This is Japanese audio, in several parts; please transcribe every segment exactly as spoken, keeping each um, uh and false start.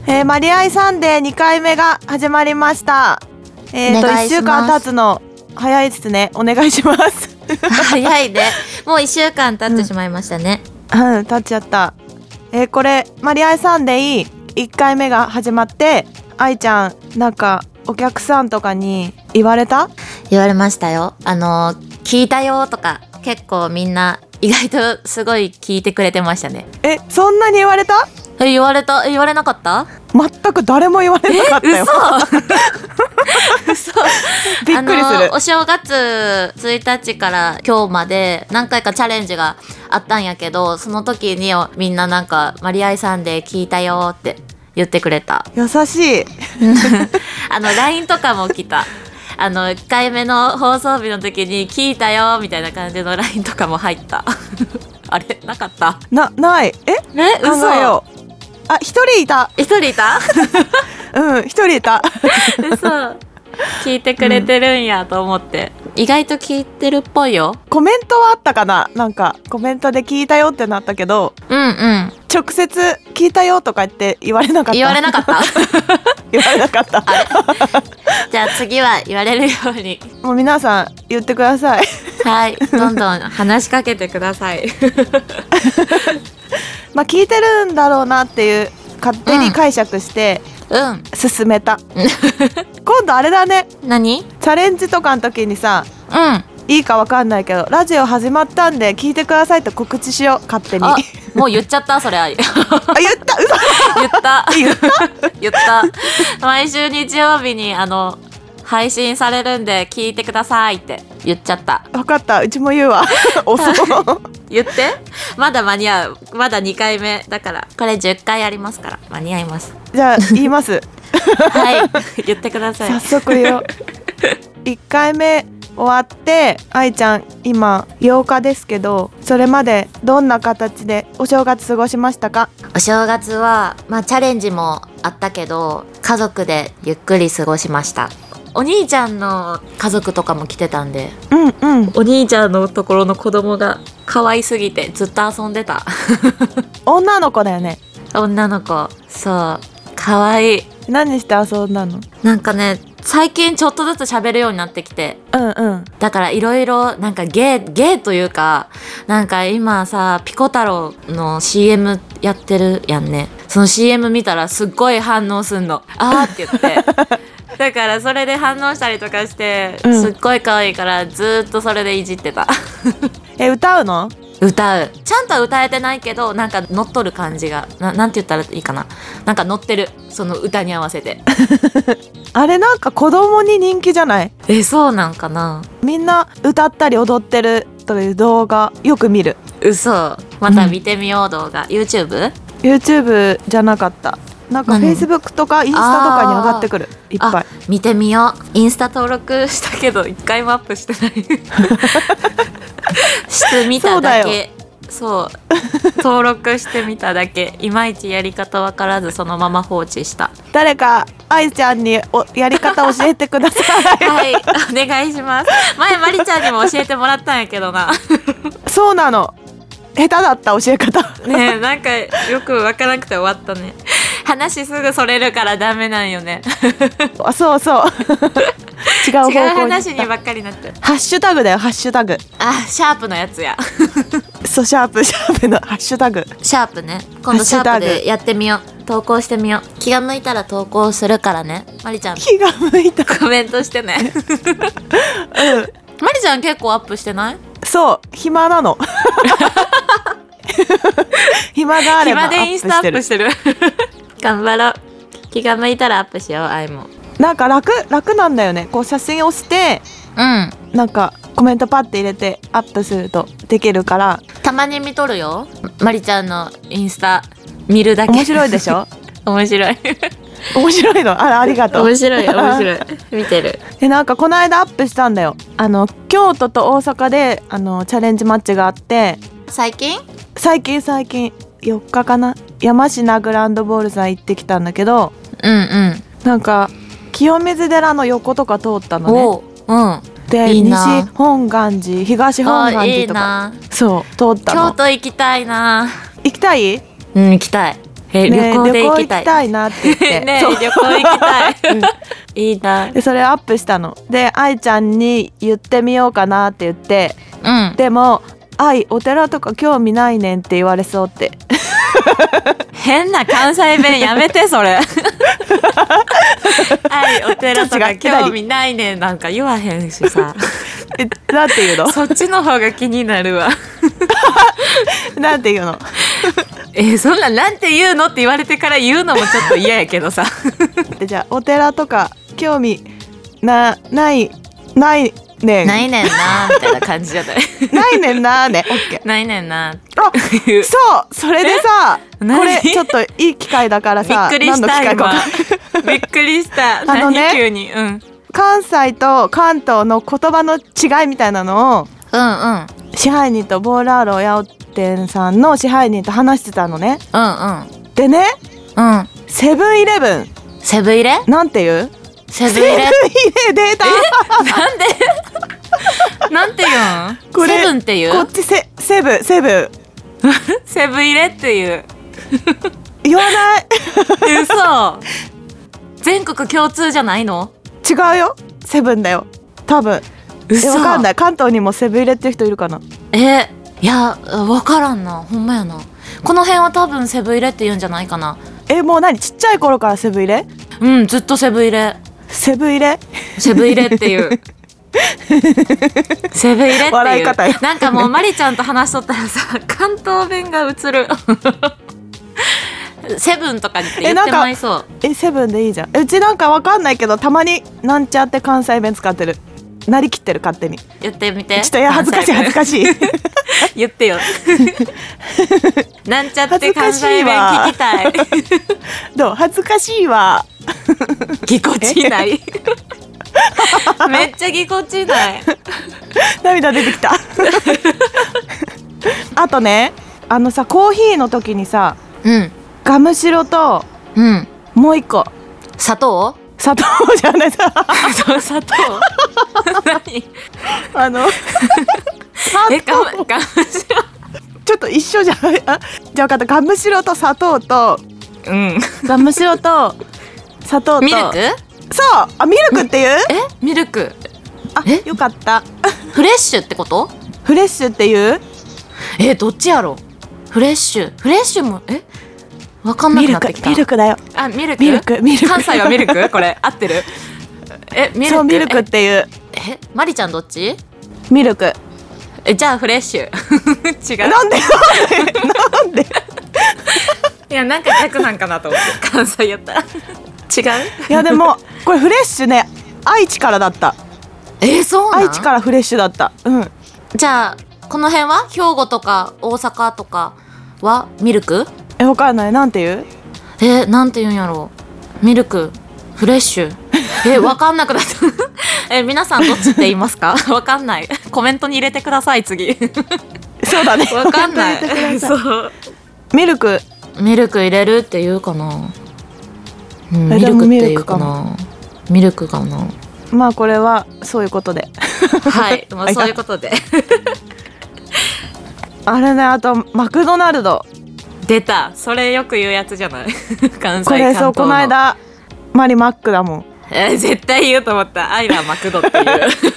えー、マリアイサンデーにかいめが始まりました。えーといっしゅうかん経つの早いですね。お願いします早いね。もういっしゅうかん経ってしまいましたね。 うん、うん、経っちゃった。えー、これマリアイサンデーいっかいめが始まって、愛ちゃんなんかお客さんとかに言われた？ 言われましたよ。あの聞いたよとか、結構みんな意外とすごい聞いてくれてましたね。 え、そんなに言われた？ え、言われた？言われなかった？ 全く誰も言われなかったよ。 嘘嘘びっくりする。 あのお正月ついたちから今日まで何回かチャレンジがあったんやけど、その時にみんななんかマリアイサンデー聞いたよって言ってくれた。 優しいあの ライン とかも来た。あのいっかいめの放送日の時に聞いたよみたいな感じの ライン とかも入ったあれなかった？ な、ない。え？ ね、 考えよう。あ、一人いた。 一人いたうん、一人いた嘘、聞いてくれてるんやと思って、うん、意外と聞いてるっぽいよ。 コメントはあったかな。なんかコメントで聞いたよってなったけど、 うんうん、 直接聞いたよとか言って言われなかった。 言われなかった言われなかったあれじゃあ次は言われるようにもう皆さん言ってくださいはい、どんどん話しかけてくださいまあ聞いてるんだろうなっていう勝手に解釈してうん進めた、うん、今度あれだね。 何？ チャレンジとかの時にさ、 うんいいかわかんないけどラジオ始まったんで聞いてくださいって告知しよう。勝手に。あ、 もう言っちゃったそれあ言った嘘言った言った言った毎週日曜日にあの配信されるんで聞いてくださいって言っちゃった。 分かった、うちも言うわ遅言って、まだ間に合う。まだにかいめだから、これじゅっかいありますから間に合います。 じゃあ言いますはい言ってください。 早速言おういっかいめ終わって、愛ちゃん今ようかですけど、それまでどんな形でお正月過ごしましたか？ お正月はまあチャレンジもあったけど、家族でゆっくり過ごしました。お兄ちゃんの家族とかも来てたんで、 うんうん、 お兄ちゃんのところの子供が可愛すぎてずっと遊んでた女の子だよね。 女の子、そう可愛い。 何して遊んだの？ なんかね、最近ちょっとずつ喋るようになってきて、 うんうん、 だからいろいろなんかゲーゲーというか、なんか今さピコ太郎の シーエム やってるやんね。その シーエム 見たらすっごい反応すんの。あーって言ってだからそれで反応したりとかして、うん、すっごい可愛いからずっとそれでいじってたえ、歌うの？ 歌う。ちゃんとは歌えてないけど、なんか乗っとる感じが な, なんて言ったらいいかな、なんか乗ってる、その歌に合わせてあれなんか子供に人気じゃない？ え、そうなんかな。 みんな歌ったり踊ってるという動画よく見る。 嘘、また見てみよう、うん、動画 YouTube？ YouTube じゃなかった。なんか Facebook とかインスタとかに上がってくる、いっぱい。 見てみよう。インスタ登録したけど一回もアップしてないしてみただけ。そう登録してみただけ。いまいちやり方わからずそのまま放置した。 誰か愛ちゃんにおやり方教えてくださいはい、お願いします。前まりちゃんにも教えてもらったんやけどなそうなの、下手だった教え方ねえ、なんかよくわからなくて終わったね。話すぐそれるからダメなんよねあ、そうそう違う方向に違う話にばっかりなっちゃう。 ハッシュタグだよ、ハッシュタグ。 あ、シャープのやつやそう、シャープシャープのハッシュタグ。 シャープね、今度シャープでやってみよう。投稿してみよう。気が向いたら投稿するからね。まりちゃん気が向いたコメントしてねうん、まりちゃん結構アップしてない？ そう、暇なの暇があればアップしてる。暇でインスタアップしてる頑張ろう。気が向いたらアップしよう。愛もなんか楽楽なんだよね。こう写真をして、 うん、 なんかコメントパッて入れてアップするとできるから。 たまに見とるよ、まりちゃんのインスタ。見るだけ面白いでしょ面白い面白いの。あら、ありがとう。 面白い面白い見てる。 で、なんかこの間アップしたんだよ。あの京都と大阪であのチャレンジマッチがあって。 最近最近最近よっかかな、山科グランドボールさん行ってきたんだけど、 うんうん、 なんか清水寺の横とか通ったのね。 うん、 で、 いいな。 西本願寺、東本願寺とか、 いいな。 そう通ったの。 京都行きたいな。 行きたい？ うん、行きたい。 えね、 旅行で行きたい旅行行きたいなって言ってねそう旅行行きたい、うん、いいな。 でそれアップしたので、愛ちゃんに言ってみようかなって言って、 うん、 でも愛お寺とか興味ないねんって言われそうって変な関西弁やめてそれ愛お寺とか興味ないねんなんか言わへんしさえなんて言うのそっちの方が気になるわなんて言うのえそんななんて言うのって言われてから言うのもちょっと嫌やけどさでじゃあお寺とか興味なないないねんないねんなみたいな感じじゃないないねんなーねオッケーないねんなあそうそれでさこれちょっといい機会だからさびっくりした何の機会か今びっくりしたあのね何急にうん関西と関東の言葉の違いみたいなのをうんうん支配人とボーラーロヤオ店さんの支配人と話してたのね。 うんうんでねうんセブンイレブンセブン入れなんて言うセブン入れセブン入れ出たなんでなんて言うんこれセブンって言うこっちセセブセブセブン入れって言う言わない嘘全国共通じゃないの違うよセブンだよ多分え嘘わかんない関東にもセブン入れっていう人いるかな。 えいやわからんなほんまやなこの辺は多分セブン入れって言うんじゃないかな。 えもう何ちっちゃい頃からセブン入れうんずっとセブン入れセブン入れセブン入れっていうセブン入れっていう笑い方よなんかもうマリちゃんと話しとったらさ関東弁が映るセブンとかって言ってまいそう。 えセブンでいいじゃん。うちなんかわかんないけどたまになんちゃって関西弁使ってるなりきってる勝手に。 言ってみてちょっといや恥ずかしい恥ずかしい言ってよなんちゃって関西弁聞きたいどう恥ずかしいわぎこちないめっちゃぎこちない涙出てきたあとねあのさコーヒーの時にさうんガムシロとうんもう一個砂糖砂糖じゃないさそう砂糖何あのえガムガムシロちょっと一緒じゃないあじゃあ分かったガムシロと砂糖とうんガムシロと砂糖とミルクそうあミルクっていうえミルクあえよかったフレッシュってことフレッシュっていうえどっちやろフレッシュフレッシュもえわかんなミルクくなってきたミルクだよあミルクミルクミルク関西はミルクこれ合ってるえミルクそうミルクっていうええマリちゃんどっちミルクえじゃあフレッシュ違うなんでなんでなんでいやなんか逆なんかなと思って関西やったら違ういやでもこれフレッシュね愛知からだったえー、そうなん愛知からフレッシュだったうんじゃあこの辺は兵庫とか大阪とかはミルクえわかんないなんて言うえー、なんて言うんやろうミルクフレッシュえわかんなくなったえ皆さんどっちって言いますかわかんないコメントに入れてください次そうだねわかんないコメント入れてくださいそうミルクミルク入れるって言うかな、うん、 えミルクって言うでもミルクかかなミルクかなまあこれはそういうことではいもうそういうことであれねあとマクドナルド出たそれよく言うやつじゃない関西これ関東のそうこの間マリマックだもんえー絶対言うと思ったアイラマクドっていう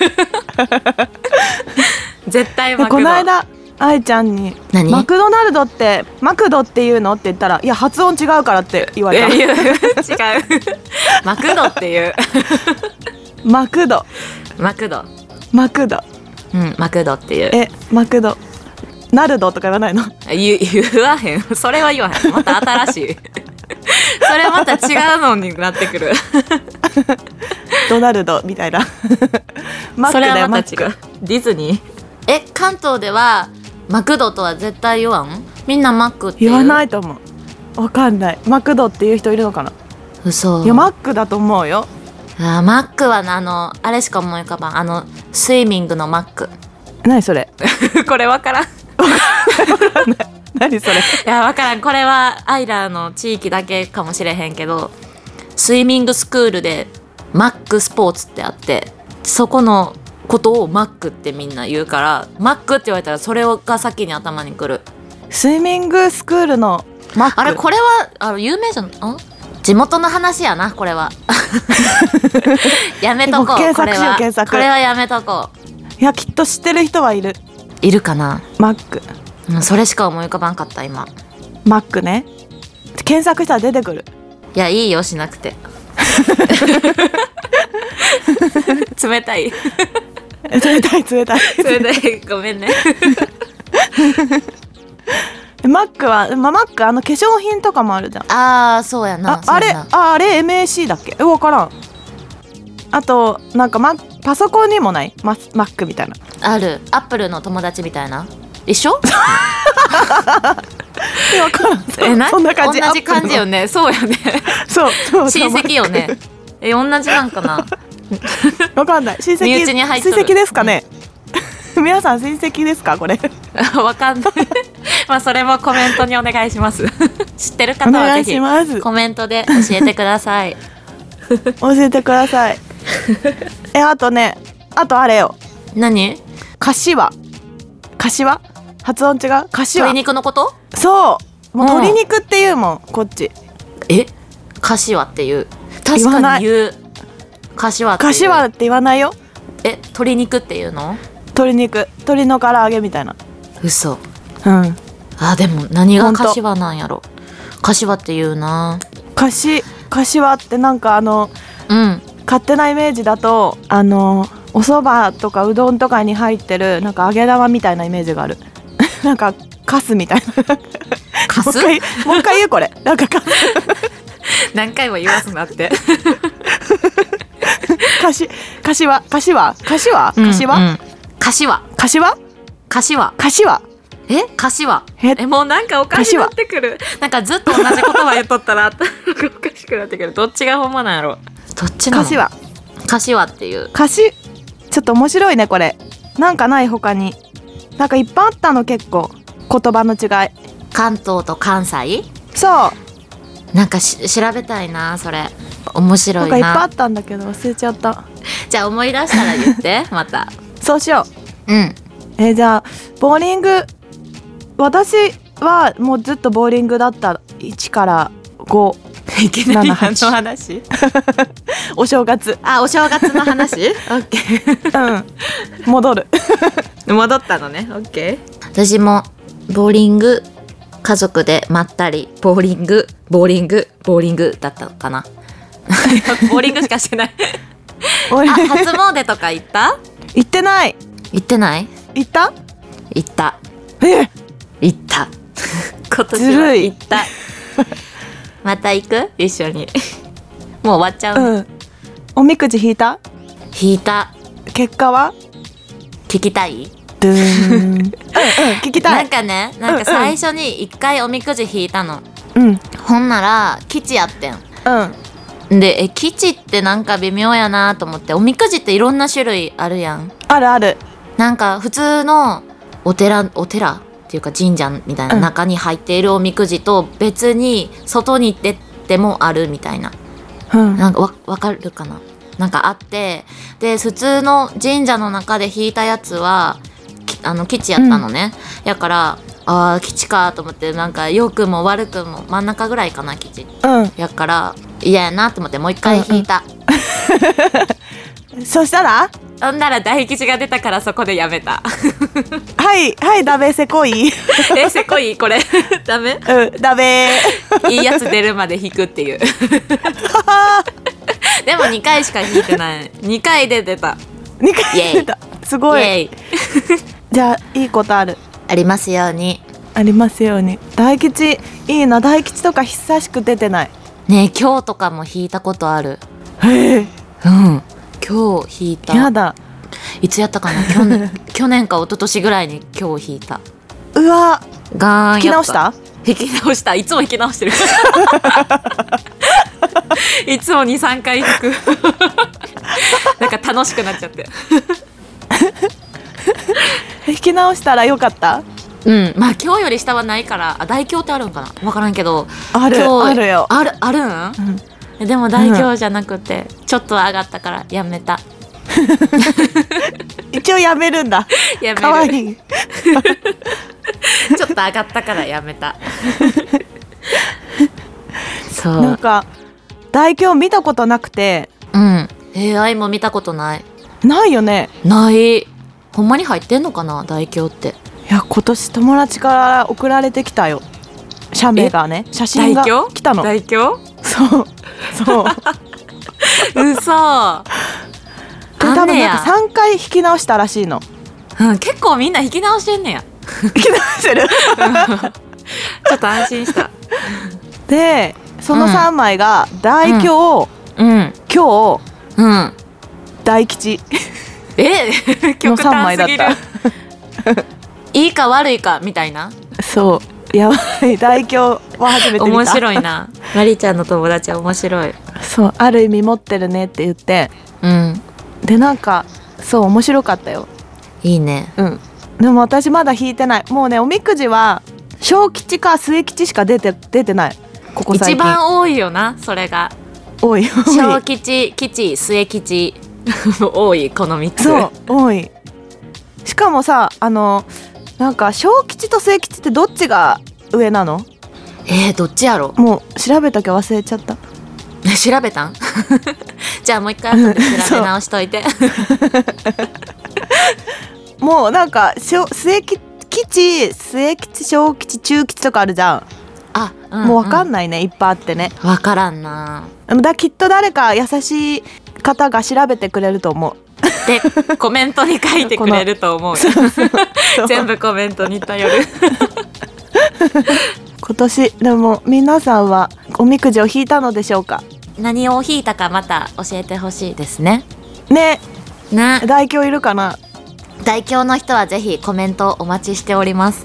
絶対マクドこの間愛ちゃんに何マクドナルドってマクドっていうのって言ったらいや発音違うからって言われたいやいや違うマクドっていうマクドマクドマクドうんマクドっていうえマクドナルドとか言わないの言言わへんそれは言わへんまた新しいそれまた違うのになってくるドナルドみたいなマックそれだよはまた違うディズニーえ関東ではマクドとは絶対言わんみんなマックって言う言わないと思うわかんないマクドっていう人いるのかな嘘いやマックだと思うよあマックはなあのあれしか思い浮かばんあのスイミングのマック何それこれわからんい何それやわからんこれはアイラーの地域だけかもしれへんけどスイミングスクールでマックスポーツってあってそこのことをマックってみんな言うからマックって言われたらそれが先に頭にくるスイミングスクールのマック。 あれこれはあ有名じゃん。あ地元の話やなこれは。やめとこう。 検索しようこれは検索。 これはやめとこいやきっと知ってる人はいる。 う。いるかな。 マックうん、それしか思い浮かばんかった今。 マックね。検索したら出てくる。 いやいいよしなくて。冷たい。 冷たい冷たい冷たいごめんね。 マックは、まあ、マックあの化粧品とかもあるじゃん。 ああそうやな。 ああれああれ エムエーシー だっけ。え分からん。あとなんかマパソコンにもないママックみたいな。 ある。アップルの友達みたいな。一緒？ え分からん。 えなそんな感じ。 同じ感じよね。そうよね。 そうそう親戚よね。え同じなんかな。 分かんない。親戚身内に入っとる親戚ですかね。皆さん親戚ですかこれ。 わかんない。まあそれもコメントにお願いします。知ってる方お願いはぜひします。 コメントで教えてください。 教えてください。えあとねあとあれよ。 何？ 柏柏発音違う。柏。 鶏肉のこと？ そうもううん鶏肉っていうもんこっち。 え柏っていう。確言わないかに言う。柏っていう。 柏って言わないよ。 え鶏肉っていうの？ 鶏肉鶏の唐揚げみたいな。 嘘。 うんあでも何がほんと柏なんやろ。柏っていうな。 かし柏ってなんかあのうん勝手なイメージだとあのお蕎麦とかうどんとかに入ってるなんか揚げ玉みたいなイメージがある。なんかカスみたいな。 カスもう一回もう一回言うこれ。なんかカス。 何回も言わすなって。 かし柏柏柏柏うんうん柏柏柏柏え柏ええもうなんかおかしくなってくる。なんかずっと同じ言葉言っとったらおかしくなってくる。どっちがほんまなんやろ。どっちなの？ 柏柏っていう。 かしちょっと面白いねこれ。なんかない他に。なんかいっぱいあったの結構言葉の違い。 関東と関西？ そうなんかし調べたいなそれ。面白ないんかいっぱいあな。 ったんだけど忘れちゃった。 じゃあ思い出したら言ってまた。 そうしよう。 うんえーじゃあボーリング私はもうずっとボーリングだったいちからご。 いきなりななはち何の話？ お正月。 あお正月の話？オッケー。 うん戻る。 戻ったのね。オッケー。私もボーリング家族でまったりボーリングボーリングボーリングだったかな。ボーリングしかしてない。あ初詣とか行った？ 行ってない。 行ってない？ 行った？ 行ったえ行った今年ずるいは行った。また行く？一緒に。もう終わっちゃう、 うんおみくじ引いた？ 引いた。 結果は？ 聞きたい？ ドゥーンうんうん聞きたないん。かねなんか最初に一回おみくじ引いたの、 うんうんほんなら吉やってんで、え吉ってなんか微妙やなと思って。おみくじっていろんな種類あるやん。 あるある。 なんか普通のお寺お寺っていうか神社みたいな中に入っているおみくじと別に外に出てもあるみたいな、 うんなんかわわかるかな。なんかあってで普通の神社の中で引いたやつはきあの吉やったのね、うん、やからあー吉かと思って。なんか良くも悪くも真ん中ぐらいかな吉、 うん、 やから嫌やなと思ってもう一回引いた、 うんうん、そしたらほんなら大吉が出たからそこでやめた。 はいはいダメせこい。 えせこいこれダメ？ うんダメ。 いいやつ出るまで引くっていう。でもにかいしか引いてない。にかいで出た。 にかい出た。すごい。 イエイ。 じゃあいいことある。 ありますように。 ありますように。大吉いいな。大吉とか久しく出てない。 ねえ今日とかも引いたことある。 へえ。 うん今日引いた。 やだ。 いつやったかな。去年去年か一昨年ぐらいに今日引いた。 うわガーン引き直した？ 引き直した。いつも引き直してる。いつもにさんかい引く。なんか楽しくなっちゃって。 引き直したらよかった？ うんまあ今日より下はないから。あ大凶ってあるんかな分からんけど。 ある今日あるよ。 あるあるん、 うん、 でも大凶じゃなくて、うん、ちょっと上がったからやめた。 一応やめるんだ。 やめる。 かわいい。 ちょっと上がったからやめた。 そうなんか大凶見たことなくて。 うん。えー、愛も見たことない。 ないよね。 ない。ほんまに入ってんのかな大凶って。 いや今年友達から送られてきたよ。写メがね、写真が来たの。 大凶？ そうそう。 嘘。あ多分なんかさんかい引き直したらしいの。 うん、結構みんな引き直してんねや。 引き直してる。 ちょっと安心した。 でそのさんまいが大凶、 うん、 今日、 うん、 大吉え極のさんまいだ端すぎる。 ったいいか悪いかみたいな。 そうやばい。大凶は初めて見た。 面白いな。マリちゃんの友達は面白い。 そうある意味持ってるねって言って、 うん、 でなんかそう面白かったよ。 いいね。 うんでも私まだ引いてない。もうねおみくじは小吉か末吉しか出て出てない。ここ最近一番多いよなそれが。 多い多い。 小吉吉末吉多いこのみっつ。 そう多い。しかもさあのなんか小吉と末吉ってどっちが上なの？ えー、どっちやろ。 もう調べたけど忘れちゃった。 調べたん？じゃあもう一回後で調べ直しといて。 もうなんか末吉末吉小吉中吉とかあるじゃん。 あ、うんうん、 もう分かんないね。いっぱいあってね。 分からんな。 だきっと誰か優しい方が調べてくれると思う。 でコメントに書いてくれると思うよ。全部コメントに頼る。 今年でも皆さんはおみくじを引いたのでしょうか？ 何を引いたかまた教えてほしいですね。 ねね。 大凶いるかな？ 大凶の人はぜひコメントお待ちしております。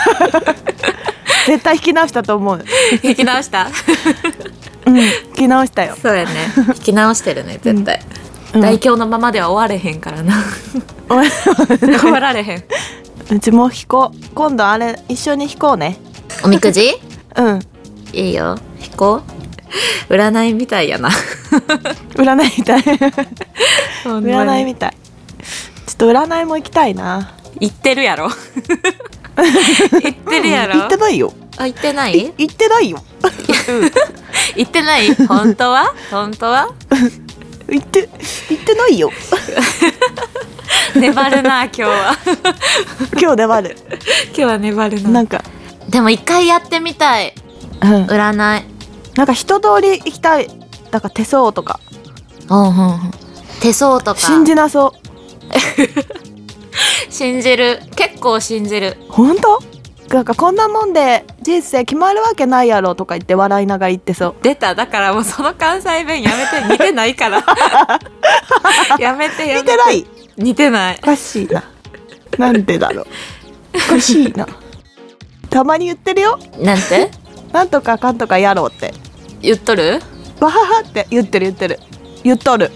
絶対引き直したと思う。 引き直した？ うん引き直したよ。 そうやね。引き直してるね絶対。うん、大凶のままでは終われへんからな。終わられへん。 うちも引こう。今度あれ一緒に引こうね。 おみくじ？ うん。 いいよ引こう。占いみたいやな。 占いみたい。占いみたい。ちょっと占いも行きたいな。 行ってるやろ。行ってるやろ。 行ってないよ。 あ行ってない？ 行ってないよ。 行ってない？本当は？本当は？ 行って行ってないよ。 粘るな今日は。 今日粘る。 今日は粘るな。 なんかでも一回やってみたい。うん、占い。 なんか一通り行きたい。だから手相とか。 うんうんうん。手相とか。 信じなそう。 信じる。結構信じる。 本当？なんかこんなもんで人生決まるわけないやろとか言って笑いながら言ってそう。 出た。だからもうその関西弁やめて。似てないから。やめてやめて。 似てない。 似てない。 おかしいな。なんでだろう。おかしいな。たまに言ってるよ。 なんて？ なんとかかんとかやろうって言っとる？ わははって言ってる言ってる言っとる。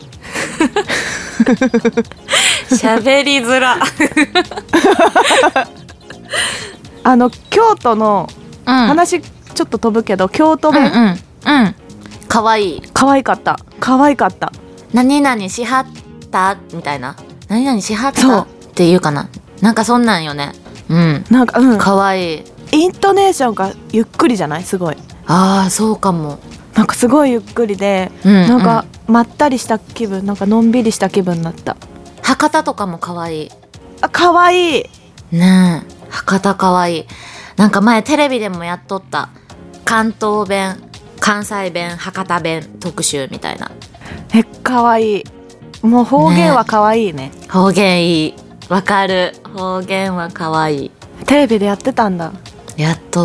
喋りづら。 あの京都の話、うん、ちょっと飛ぶけど京都弁、 うんうんうん、かわいい。 かわいかったかわいかった。 何々しはったみたいな。何々しはったっていうかな。なんかそんなんよね。うん。 なんかうん。 かわいい。 イントネーションがゆっくりじゃない？すごい。 ああそうかも。 なんかすごいゆっくりで、うんうん、なんかまったりした気分、なんかのんびりした気分になった。 博多とかもかわいい。 あかわいいねえ。博多かわいい。なんか前テレビでもやっとった。関東弁、関西弁、博多弁特集みたいな。 えかわいい。もう方言はかわいいね。 方言いい。わかる。方言はかわいい。 テレビでやってたんだ。 やっとった。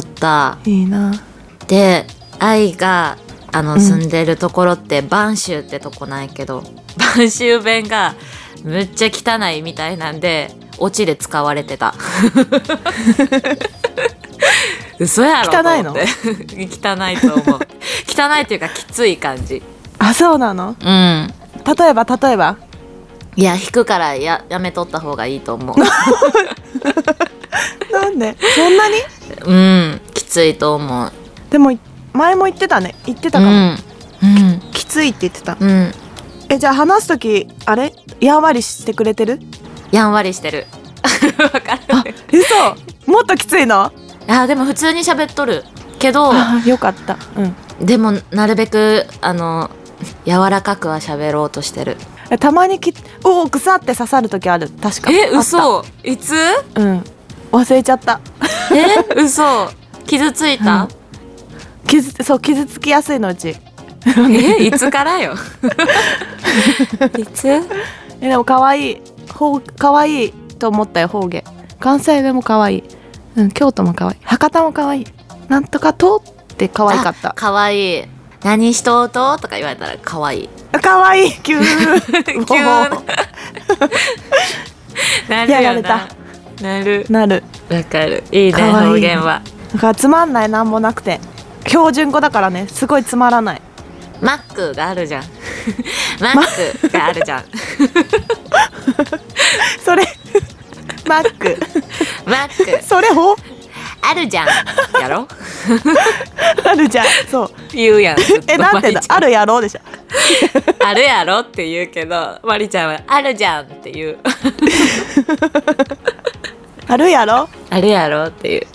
いいな。 で愛があの住んでるところって播州ってとこないけど、播州弁がむっちゃ汚いみたいなんでオチで使われてた。嘘やろ。 汚いの？ 汚いと思う。汚いっていうかきつい感じ。 あそうなの？ うん。 例えば例えばいや引くからややめとった方がいいと思う。 なんでそんなに？ うんきついと思う。 でも前も言ってたね。言ってたかも、うんうん、き, きついって言ってた、 うん、 えじゃあ話すときあれやんわりしてくれてる？ やんわりしてる。わかる。 あ嘘もっときついの？ あでも普通に喋っとる。 けどあよかった、 うん、でもなるべくあの柔らかくは喋ろうとしてる。 たまにきおお腐って刺さる時ある。確かえ嘘いつ？ うん忘れちゃった。 え嘘傷ついた、 うん、傷そう傷つきやすいのうちえいつからよいつ？ えでも可愛いほう可愛いと思ったよ。方言関西弁も可愛い、うん、京都も可愛い、博多も可愛い、なんとかとって可愛かった。 可愛い何しとうととか言われたら可愛い可愛い急急なるよな。 やられた。 なるなるわかる。いいね方言は。 だからつまんないなんもなくて標準語だからねすごいつまらない。 マックがあるじゃんマックがあるじゃんそれマックマックそれほあるじゃんやろあるじゃんそう言うやん。 えなんてだあるやろでしょあるやろって言うけどマリちゃんはあるじゃんって言うあるやろあるやろっていう。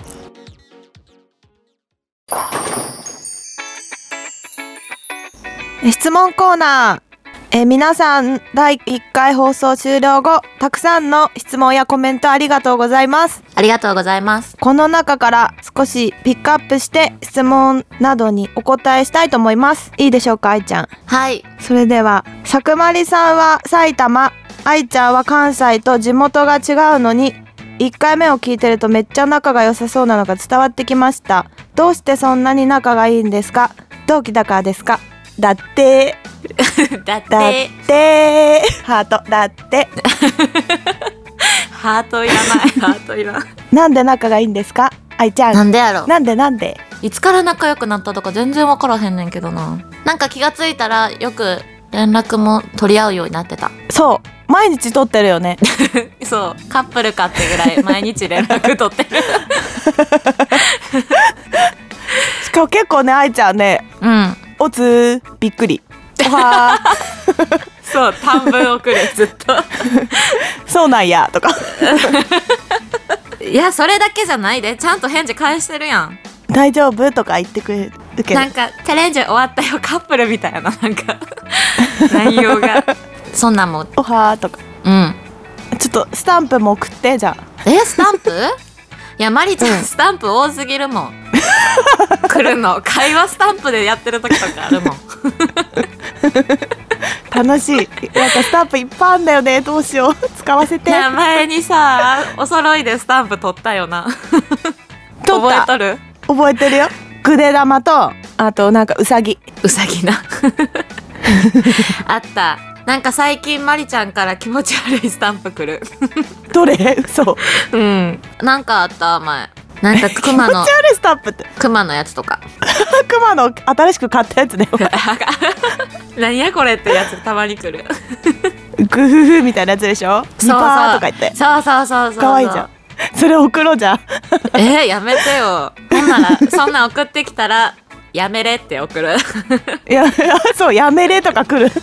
質問コーナー。え皆さんだいいっかい放送終了後たくさんの質問やコメントありがとうございます。 ありがとうございます。 この中から少しピックアップして質問などにお答えしたいと思います。いいでしょうか愛ちゃん。 はい。 それではさくまりさんは埼玉、愛ちゃんは関西と地元が違うのにいっかいめを聞いてるとめっちゃ仲が良さそうなのが伝わってきました。どうしてそんなに仲がいいんですか？同期だからですか？だってだってだってハートだってハートいらないハートいらん。 なんで仲がいいんですか愛ちゃん。 なんでやろ。 なんでなんでいつから仲良くなったとか全然分からへんねんけどな。なんか気がついたらよく連絡も取り合うようになってた。 そう毎日撮ってるよねそうカップルかってぐらい毎日連絡取ってるしかも結構ね愛ちゃんねうんおつーびっくりおはーそう短文送るずっとそうなんやとかいやそれだけじゃないでちゃんと返事返してるやん。 大丈夫とか言ってくれるけどなんかチャレンジ終わったよカップルみたいななんか内容がそんなんもおはーとかうんちょっとスタンプも送ってじゃあえスタンプいやマリちゃん、うん、スタンプ多すぎるもん来るの会話スタンプでやってる時とかあるもん楽しい。なんかスタンプいっぱいあんだよねどうしよう使わせて。 前にさお揃いでスタンプ取ったよな取った覚えとる？ 覚えてるよ。ぐで玉とあとなんかうさぎうさぎなあった。なんか最近マリちゃんから気持ち悪いスタンプ来るどれ？嘘。 うんなんかあった前なんかクマの気持ち悪いスタンプってクマのやつとかクマの新しく買ったやつだよ何やこれってやつたまに来るグフフみたいなやつでしょ。 そうそうニパーとか言ってそうそうそうそうかわいいじゃん。それ送ろうじゃんえー、やめてよ。そんならそんな送ってきたらやめれって送るいやそうやめれとか来る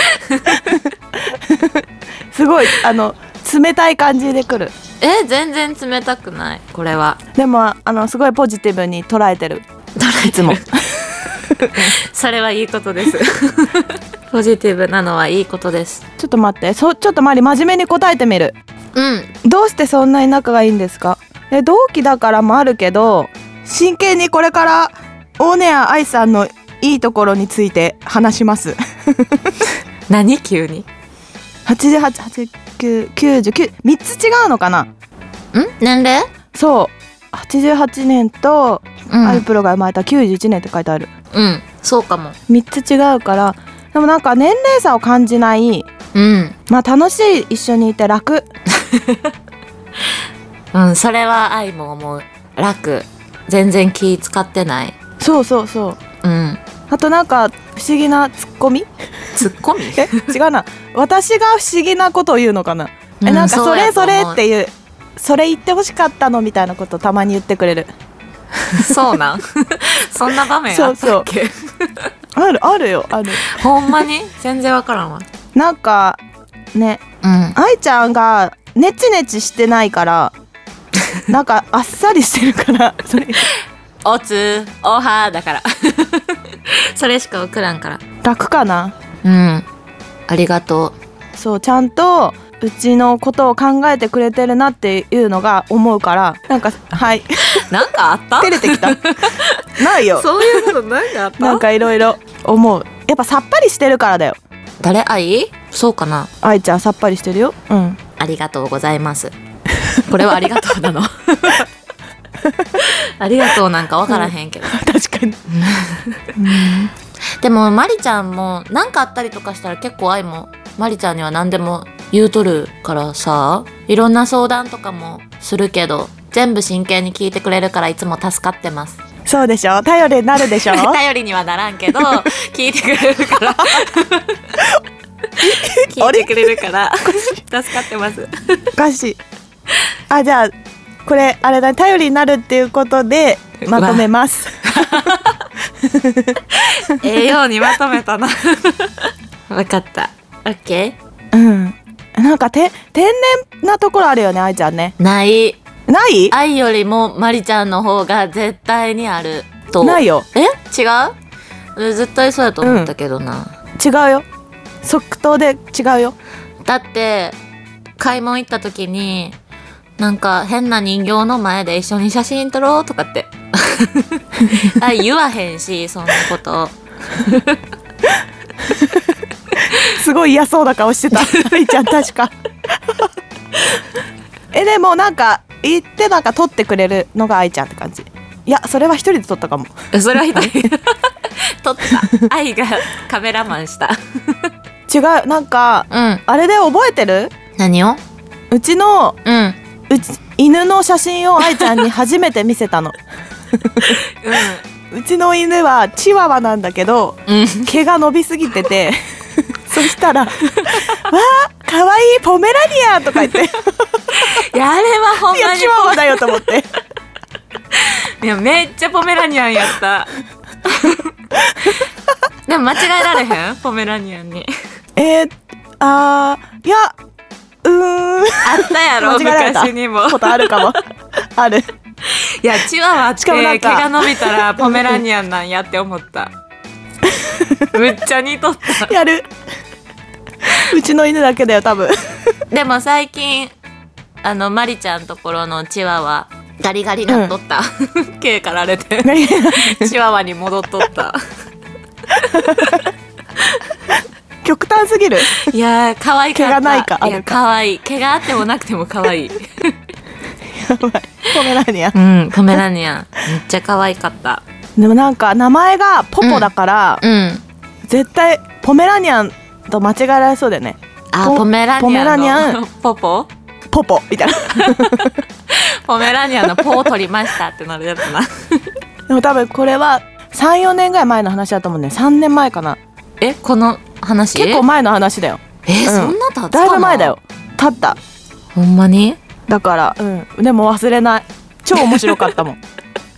すごいあの冷たい感じで来る。 え全然冷たくないこれは。 でもあのすごいポジティブに捉えてる捉えてるそれはいいことですポジティブなのはいいことです。 ちょっと待ってそちょっとマリ真面目に答えてみる。 うんどうしてそんなに仲がいいんですか？え同期だからもあるけど真剣にこれから大根谷愛さんのいいところについて話します何急にはちじゅうはち、はちじゅうきゅう、きゅうじゅうきゅうみっつ違うのかな。ん年齢そうはちじゅうはちねんと、うん、アルプロが生まれたきゅうじゅういちねんって書いてある。 うんそうかも。 みっつ違うからでもなんか年齢差を感じない。 うんまあ楽しい一緒にいて楽うんそれは愛も思う。楽全然気使ってない。 そうそうそううんあとなんか不思議なツッコミツッコミえ違うな私が不思議なことを言うのかな、うん、えなんかそれそれっていうそれ言ってほしかったのみたいなことたまに言ってくれるそうなんそんな場面あったっけ？ そうそうあるあるよあるほんまに全然わからんわ。 なんかね、うん、愛ちゃんがネチネチしてないからなんかあっさりしてるからそれおつおはだからそれしか送らんから。 楽かな。 うん、ありがとう。そうちゃんとうちのことを考えてくれてるなっていうのが思うから、なんかはいなんかあった照れてきたないよそういうことなんかあったなんかいろいろ思う。やっぱさっぱりしてるからだよ。 誰？愛？そうかな。 愛ちゃんさっぱりしてるよ。うん、 ありがとうございますこれはありがとうなのありがとうなんか分からへんけど、うん、 確かにうんでもまりちゃんも何かあったりとかしたら結構愛もまりちゃんには何でも言うとるからさ、いろんな相談とかもするけど全部真剣に聞いてくれるからいつも助かってます。 そうでしょ、頼りになるでしょ頼りにはならんけど聞いてくれるから聞いてくれるから助かってますおかしい。あ、じゃあこれあれだ、頼りになるっていうことでまとめますええようにまとめたな分かった、オッケー。うん、なんかて天然なところあるよね、愛ちゃんね。 ないない愛よりもまりちゃんの方が絶対にあると。 ないよ。 え違う？絶対そうやと思ったけどな、 うん、違うよ、即答で違うよ。 だって買い物行った時になんか変な人形の前で一緒に写真撮ろうとかってあ言わへんしそんなことすごい嫌そうな顔してた愛ちゃん確かえでもなんか言ってなんか撮ってくれるのが愛ちゃんって感じ。いやそれは一人で撮ったかも。 それは一人撮った愛がカメラマンした違う、なんか、うん、あれで覚えてる？ 何を？ うちの、 うん、 うち犬の写真を愛ちゃんに初めて見せたの、うん、うちの犬はチワワなんだけど、うん、毛が伸びすぎててそしたらわーかわいいポメラニアンとか言っていやあれはほんまにいやチワワだよと思っていやめっちゃポメラニアンやったでも間違えられへんポメラニアンにえー、あーいやうーんあったやろ昔にもことあるかもある。 いやチワワって毛が伸びたらポメラニアンなんやって思っためっちゃ似とったやるうちの犬だけだよ多分でも最近あのマリちゃんところのチワワガリガリなっとった、うん、毛刈られてチワワに戻っとった極端すぎる。 いやー可愛かった。 毛がないかあるか。いや可愛い、毛があってもなくても可愛いやばいポメラニアン。 うんポメラニアンめっちゃ可愛かった。 でもなんか名前がポポだから、 うんうん、 絶対ポメラニアンと間違えられそうだよね。 あポメラニアンのポメラニアンポポポポみたいなポメラニアンのポを取りましたってなるやつなでも多分これは さん,よ 年ぐらい前の話だと思うね。さんねんまえかな。 えこの話結構前の話だよ。 えーうん、そんな経つかな。 だいぶ前だよ。経った。 ほんまに。 だからうんでも忘れない。超面白かったもんわ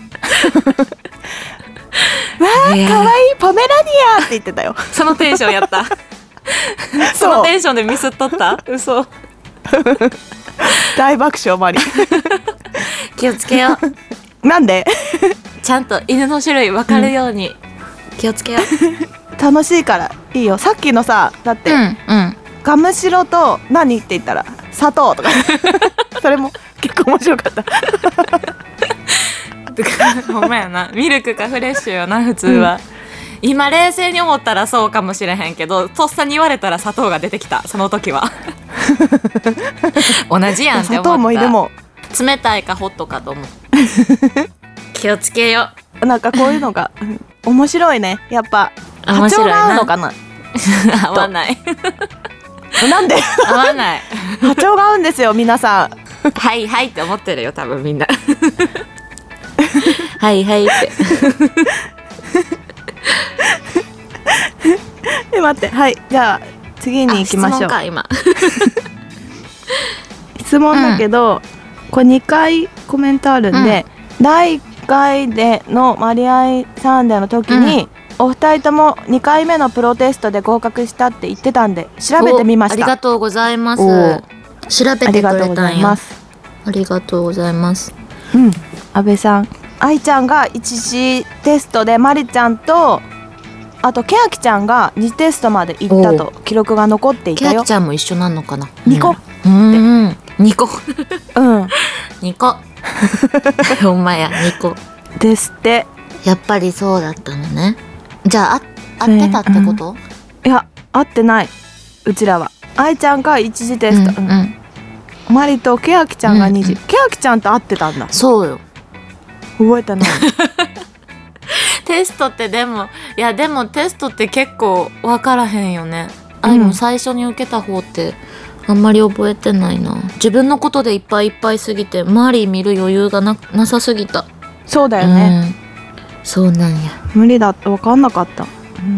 ーかわいいポメラニアンって言ってたよそのテンションやったそのテンションでミスっとった嘘大爆笑マリ気をつけようなんでちゃんと犬の種類分かるように、うん、気をつけよう楽しいからいいよ。さっきのさだって、 うんうん、 ガムシロと何って言ったら砂糖とかそれも結構面白かったほんまやな。ミルクかフレッシュよな普通は、うん、今冷静に思ったらそうかもしれへんけどとっさに言われたら砂糖が出てきたその時は同じやんって思った。砂糖もいるもん。 冷たいかホットかと思う気をつけよう。なんかこういうのが面白いね。やっぱ波長が合うのかな合わないなんで合わない波長が合うんですよ皆さんはいはいって思ってるよ多分みんなはいはいってえ待ってはいじゃあ次に行きましょう。 質問か今質問だけど、うん、これにかいコメントあるんで、うん、だいいっかいでのマリアイサンデーの時に、うん、お二人ともにかいめのプロテストで合格したって言ってたんで調べてみました。 ありがとうございます。調べてくれたんや。ありがとうございます。 うん、安倍さん愛ちゃんが一次テストでまりちゃんとあとけやきちゃんがにテストまで行ったと記録が残っていたよ。 けやきちゃんも一緒なんのかな。 にこうんうんにこうんにこほんまやにこですって。 やっぱりそうだったのね。じゃああ合ってたってこと、 いや合ってない。うちらは愛ちゃんが一次テスト、 うんうん、 マリとけやきちゃんがに次、 うんうん、 けやきちゃんと会ってたんだ。 そうよ。 覚えてないテストってでもいやでもテストって結構分からへんよね。あでも最初に受けた方ってあんまり覚えてないな。自分のことでいっぱいいっぱいすぎて周り見る余裕が な, なさすぎた。 そうだよね、 うん、そうなんや。 無理だって分かんなかった、うん、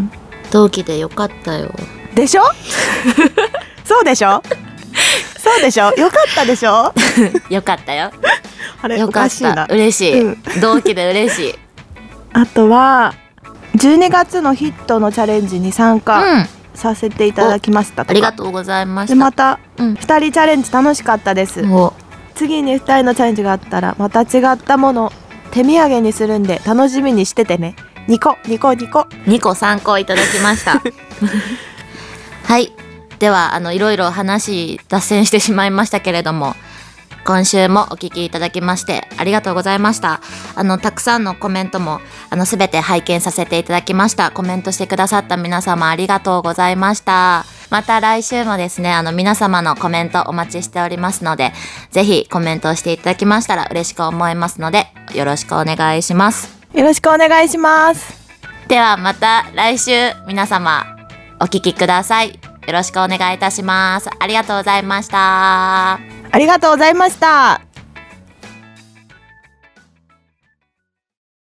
同期でよかったよ。 でしょそうでしょそうでしょよかったでしょよかったよ。 あれよかった、おかしいな。嬉しい、うん、同期で嬉しい。 あとはじゅうにがつのヒットのチャレンジに参加させていただきましたとか、 ありがとうございました。 でまたふたりチャレンジ楽しかったです、うん、次にふたりのチャレンジがあったらまた違ったもの手土産にするんで楽しみにしててね。にこにこにこにこ参考いただきましたはい、ではあのいろいろ話脱線してしまいましたけれども、今週もお聞きいただきましてありがとうございました。あのたくさんのコメントもあのすべて拝見させていただきました。コメントしてくださった皆様ありがとうございました。また来週もですね、あの皆様のコメントお待ちしておりますので、ぜひコメントをしていただきましたら嬉しく思いますのでよろしくお願いします。 よろしくお願いします。 ではまた来週皆様お聞きください。よろしくお願いいたします。ありがとうございました。 ありがとうございました。